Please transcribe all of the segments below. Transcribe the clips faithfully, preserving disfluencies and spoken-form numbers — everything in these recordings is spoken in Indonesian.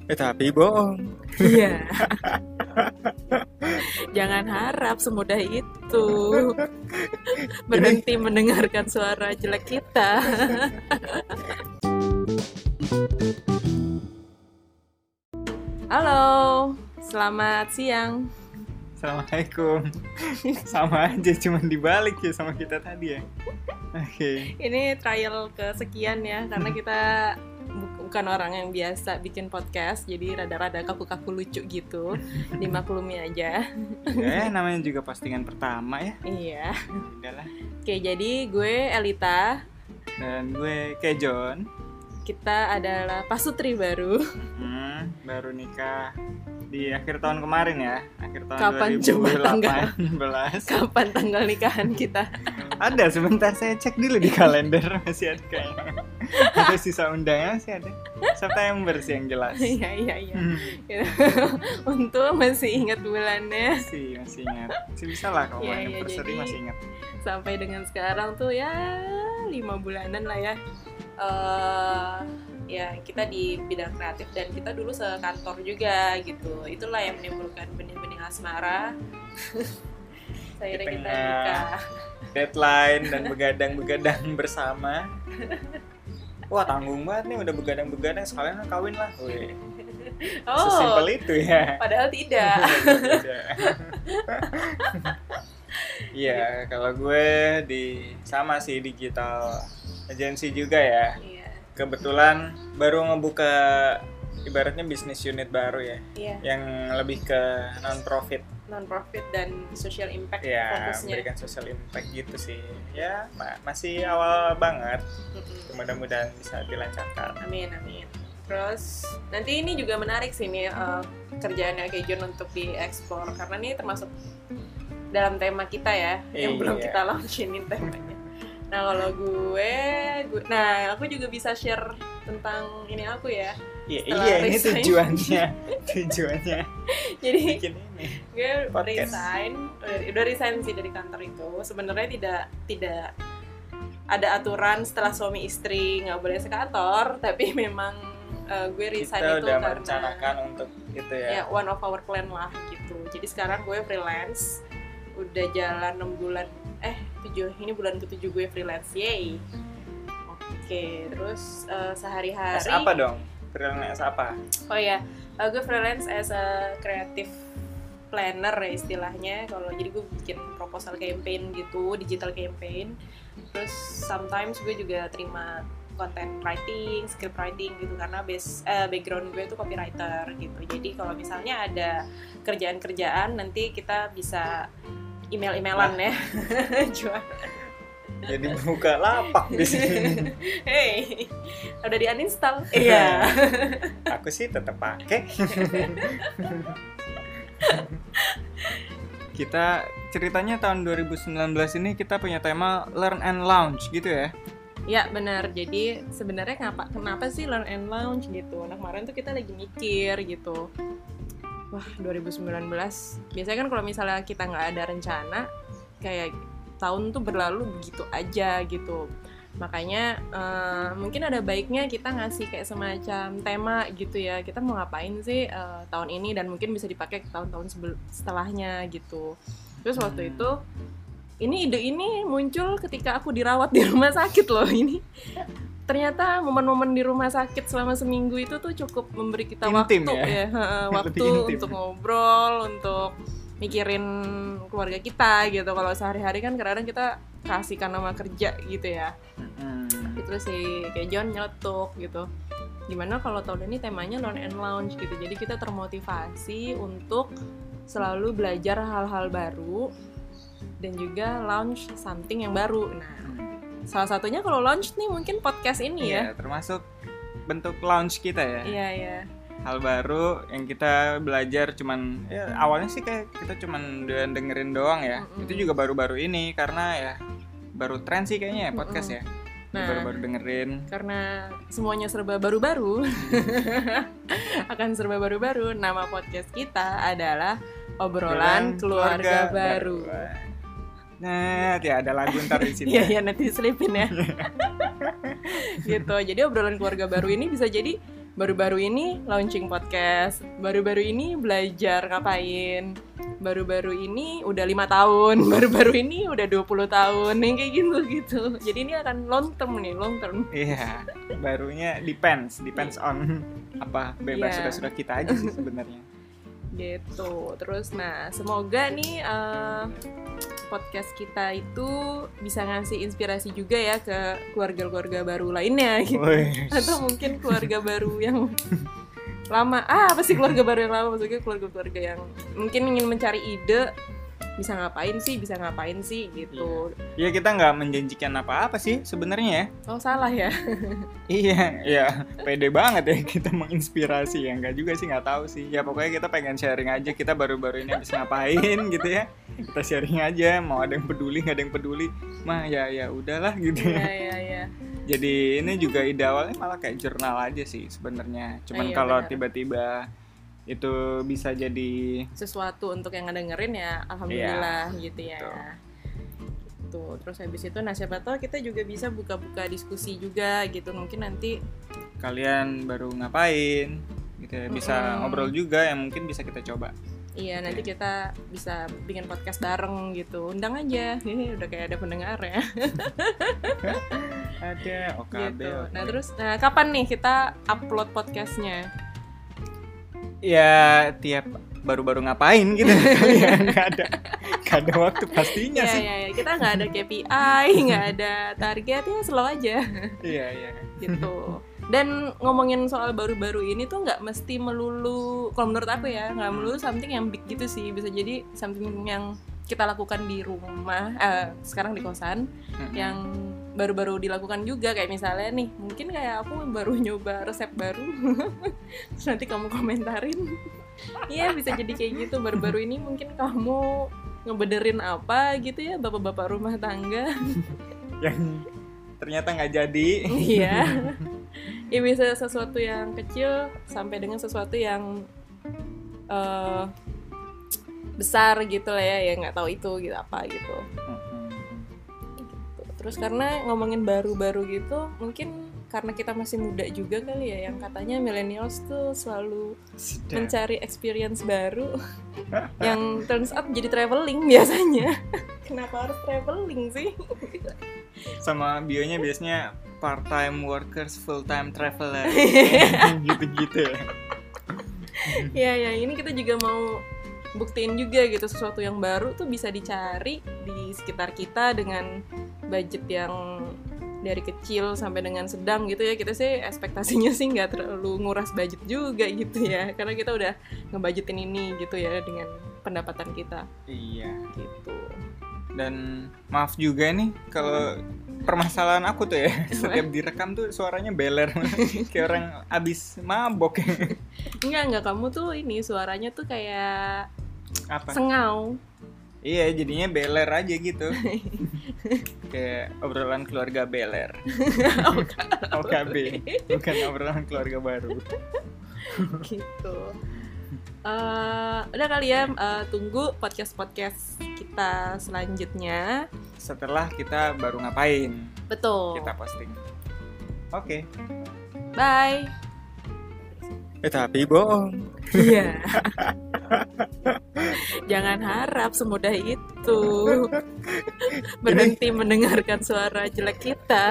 Eh tapi bohong. Iya. Jangan harap semudah itu berhenti mendengarkan suara jelek kita. Halo, selamat siang. Assalamualaikum. Sama aja, cuma dibalik ya sama kita tadi ya. Oke. Okay. Ini trial kesekian ya, karena kita bu- bukan orang yang biasa bikin podcast, jadi rada-rada kaku-kaku lucu gitu. Dimaklumi aja. Ya, namanya juga postingan pertama ya. Iya. Udahlah. Oke, jadi gue Elita. Dan gue Kejon. Kita adalah pasutri baru. Hmm, baru nikah di akhir tahun kemarin ya. Akhir tahun Kapan dua ribu coba tanggal? delapan belas. Kapan tanggal nikahan kita? Ada, sebentar saya cek dulu di kalender. Masih ada kayaknya. Ada sisa undangnya masih ada. September sih yang jelas. Iya, iya, iya. Hmm. Untung masih ingat bulannya. Masih, masih ingat. Masih bisa lah kalau Iya, main iya, anniversary jadi- masih ingat. Sampai dengan sekarang tuh ya lima bulanan lah ya. eh ya kita di bidang kreatif dan kita dulu sekantor juga gitu. Itulah yang menimbulkan benih-benih asmara. Akhirnya kita tengah nikah. Deadline dan begadang-begadang bersama. Wah, tanggung banget nih, udah begadang-begadang sekalian kawin lah. Wih, Oh, sesimpel itu ya. padahal tidak. Iya, kalau gue di sama sih digital agency juga ya. Iya, Kebetulan baru ngebuka ibaratnya bisnis unit baru ya, iya. yang lebih ke non-profit. Non-profit dan social impact Ya, fokusnya. memberikan social impact gitu sih. Ya, ma- masih awal banget. Mm-mm. Mudah-mudahan bisa dilancarkan. Amin, amin. Terus nanti ini juga menarik sih nih eh, kerjaannya Kejon untuk dieksplor karena ini termasuk dalam tema kita ya, yang Iya. belum kita launchinin temanya. Nah kalau gue, gue, nah aku juga bisa share tentang ini aku ya. Iya, Setelah iya ini resign. tujuannya. Tujuannya Jadi bikin ini. gue Podcast. resign, udah, udah resign sih dari kantor itu. Sebenarnya tidak tidak ada aturan setelah suami istri nggak boleh sekantor, tapi memang eh, gue resign Kita itu udah karena merencanakan untuk itu ya ya. one of our plan lah gitu. Jadi sekarang gue freelance, udah jalan enam bulan, eh tujuh, ini bulan ketujuh gue freelance, yay. Oke, terus eh, sehari-hari. As apa dong? Freelance apa? Oh ya, uh, gue freelance as a creative planner ya istilahnya. Kalau jadi gue bikin proposal campaign gitu, digital campaign. Terus sometimes gue juga terima content writing, script writing gitu karena base eh, background gue tuh copywriter gitu. Jadi kalau misalnya ada kerjaan-kerjaan nanti kita bisa email-emailan ya. Jual. Jadi buka lapak di sini. Hey, udah di uninstall? Iya. Aku sih tetap pakai. Kita ceritanya tahun dua ribu sembilan belas ini kita punya tema Learn and Launch gitu ya. Ya benar, jadi sebenarnya kenapa kenapa sih learn and launch gitu. Nah kemarin tuh kita lagi mikir gitu, wah dua ribu sembilan belas biasanya kan kalau misalnya kita nggak ada rencana kayak tahun tuh berlalu begitu aja gitu. Makanya eh, mungkin ada baiknya kita ngasih kayak semacam tema gitu ya, kita mau ngapain sih eh, tahun ini dan mungkin bisa dipakai ke tahun-tahun sebel- setelahnya gitu. Terus waktu itu ini ide ini muncul ketika aku dirawat di rumah sakit loh. Ini ternyata momen-momen di rumah sakit selama seminggu itu tuh cukup memberi kita Intim waktu ya? ya, heeh, Lebih waktu intim. untuk ngobrol, untuk mikirin keluarga kita gitu. Kalau sehari-hari kan kadang-kadang kita kasihkan nama kerja gitu ya. Hmm. Terus si Kejon nyeletuk gitu. Gimana kalau tahun ini temanya learn and launch gitu. Jadi kita termotivasi untuk selalu belajar hal-hal baru dan juga launch something yang baru. Nah, salah satunya kalau launch nih mungkin podcast ini ya. Iya, termasuk bentuk launch kita ya. Iya, iya. Hal baru yang kita belajar cuman ya awalnya sih kayak kita cuman dengerin doang ya. Mm-mm. Itu juga baru-baru ini karena ya baru tren sih kayaknya ya podcast ya. Nah, Baru-baru dengerin. karena semuanya serba baru-baru, akan serba baru-baru, nama podcast kita adalah Obrolan Keluarga, Baru. Nah, ya ada lagu ntar di sini. Iya, ya nanti selipin ya. Gitu. Jadi obrolan keluarga baru ini bisa jadi baru-baru ini launching podcast, baru-baru ini belajar ngapain, baru-baru ini udah lima tahun, baru-baru ini udah dua puluh tahun, yang kayak gitu gitu. Jadi ini akan long term nih, long term. Iya, barunya depends, depends on apa bebas Iya. sudah-sudah kita aja sih sebenarnya. Gitu. Terus nah, semoga nih uh, podcast kita itu bisa ngasih inspirasi juga ya ke keluarga-keluarga baru lainnya gitu. Wih. Atau mungkin keluarga baru yang lama. Ah, apa sih keluarga baru yang lama? Maksudnya keluarga-keluarga yang mungkin ingin mencari ide, bisa ngapain sih, bisa ngapain sih gitu. Ya kita nggak menjanjikan apa-apa sih sebenarnya ya. Oh, salah ya. Iya, ya pede banget ya kita menginspirasi ya, nggak juga sih, nggak tahu sih. Ya pokoknya kita pengen sharing aja kita baru-baru ini habis ngapain gitu ya. Kita sharing aja, mau ada yang peduli nggak ada yang peduli, mah ya ya udahlah gitu Iya, ya. iya, iya. Jadi ini juga ide awalnya malah kayak jurnal aja sih sebenarnya. Cuman Oh, iya, kalau benar. tiba-tiba itu bisa jadi Sesuatu untuk yang ngedengerin ya alhamdulillah gitu ya. betul. Gitu. Terus habis itu nah siapa tahu kita juga bisa buka-buka diskusi juga gitu. Mungkin nanti kalian baru ngapain gitu ya, bisa Mm-mm. ngobrol juga yang mungkin bisa kita coba. iya nanti kita bisa bikin podcast bareng gitu. Undang aja. Hehe, udah kayak ada pendengar ya. Ada O K B. Gitu. oke. Nah, terus nah kapan nih kita upload podcastnya? Ya tiap baru-baru ngapain gitu ya, nggak ada nggak ada waktu pastinya Iya, sih. iya, iya. Kita nggak ada K P I, nggak ada target, ya slow aja Iya iya gitu. Dan ngomongin soal baru-baru ini tuh nggak mesti melulu, kalau menurut aku ya, nggak melulu something yang big gitu sih. Bisa jadi something yang kita lakukan di rumah, eh, sekarang di kosan, Mm-mm. yang baru-baru dilakukan juga. Kayak misalnya nih, mungkin kayak aku baru nyoba resep baru, terus nanti kamu komentarin. Iya, bisa jadi kayak gitu. Baru-baru ini mungkin kamu ngebenerin apa gitu ya, bapak-bapak rumah tangga. yang ternyata nggak jadi. Iya. Ya bisa sesuatu yang kecil sampai dengan sesuatu yang eh, besar gitu lah ya, ya nggak tahu itu gitu apa gitu. Gitu. Terus karena ngomongin baru-baru gitu, mungkin karena kita masih muda juga kali ya, yang katanya millennials tuh selalu Sudah. mencari experience baru, yang turns out jadi traveling biasanya. Kenapa harus traveling sih? Sama bionya biasanya part time workers, full time traveler. Gitu-gitu ya. Ya ya, ini kita juga mau buktiin juga gitu, sesuatu yang baru tuh bisa dicari di sekitar kita dengan budget yang dari kecil sampai dengan sedang gitu ya. Kita sih ekspektasinya sih nggak terlalu nguras budget juga gitu ya, karena kita udah ngebudgetin ini gitu ya dengan pendapatan kita Iya. gitu. Dan maaf juga nih kalau permasalahan aku tuh ya, setiap direkam tuh suaranya beler kayak orang abis mabok. Enggak enggak, kamu tuh ini suaranya tuh kayak Apa? sengau. Iya, jadinya beler aja gitu. Kayak obrolan keluarga beler. O K B, bukan obrolan keluarga baru. Gitu. Eh, udah kali ya, eh, tunggu podcast-podcast kita selanjutnya. Setelah kita baru ngapain, Betul. kita posting. Oke. Bye. Eh tapi bohong. Iya. Jangan harap semudah itu berhenti mendengarkan suara jelek kita.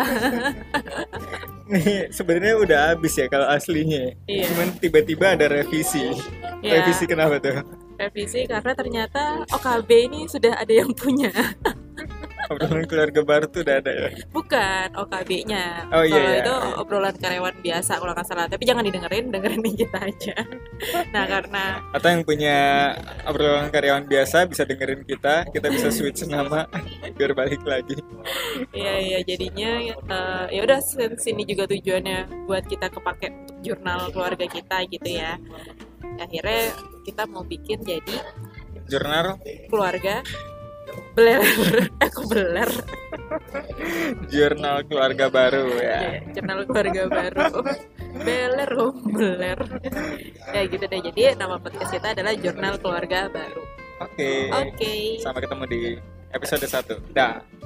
Nih sebenarnya udah habis ya kalau aslinya. Iya. Cuman tiba-tiba ada revisi. Ya, Revisi kenapa tuh? revisi karena ternyata O K B ini sudah ada yang punya. Obrolan keluarga baru tuh udah ada ya. Bukan O K B-nya. Oh, iya, Kalau iya. itu obrolan karyawan biasa kalau nggak salah. Tapi jangan didengerin, dengerin kita aja. Nah, karena Atau yang punya obrolan karyawan biasa bisa dengerin kita. Kita bisa switch nama biar balik lagi. iya iya jadinya eh, ya udah sini juga tujuannya buat kita kepake untuk jurnal keluarga kita gitu ya. Akhirnya kita mau bikin jadi Jurnal keluarga beler. Aku beler. Jurnal keluarga baru ya. Ya, jurnal keluarga baru. Beler, oh, beler. Ya gitu deh. Jadi nama podcast kita adalah Jurnal Keluarga Baru. Oke. Oke. Sampai ketemu di episode satu. Dah.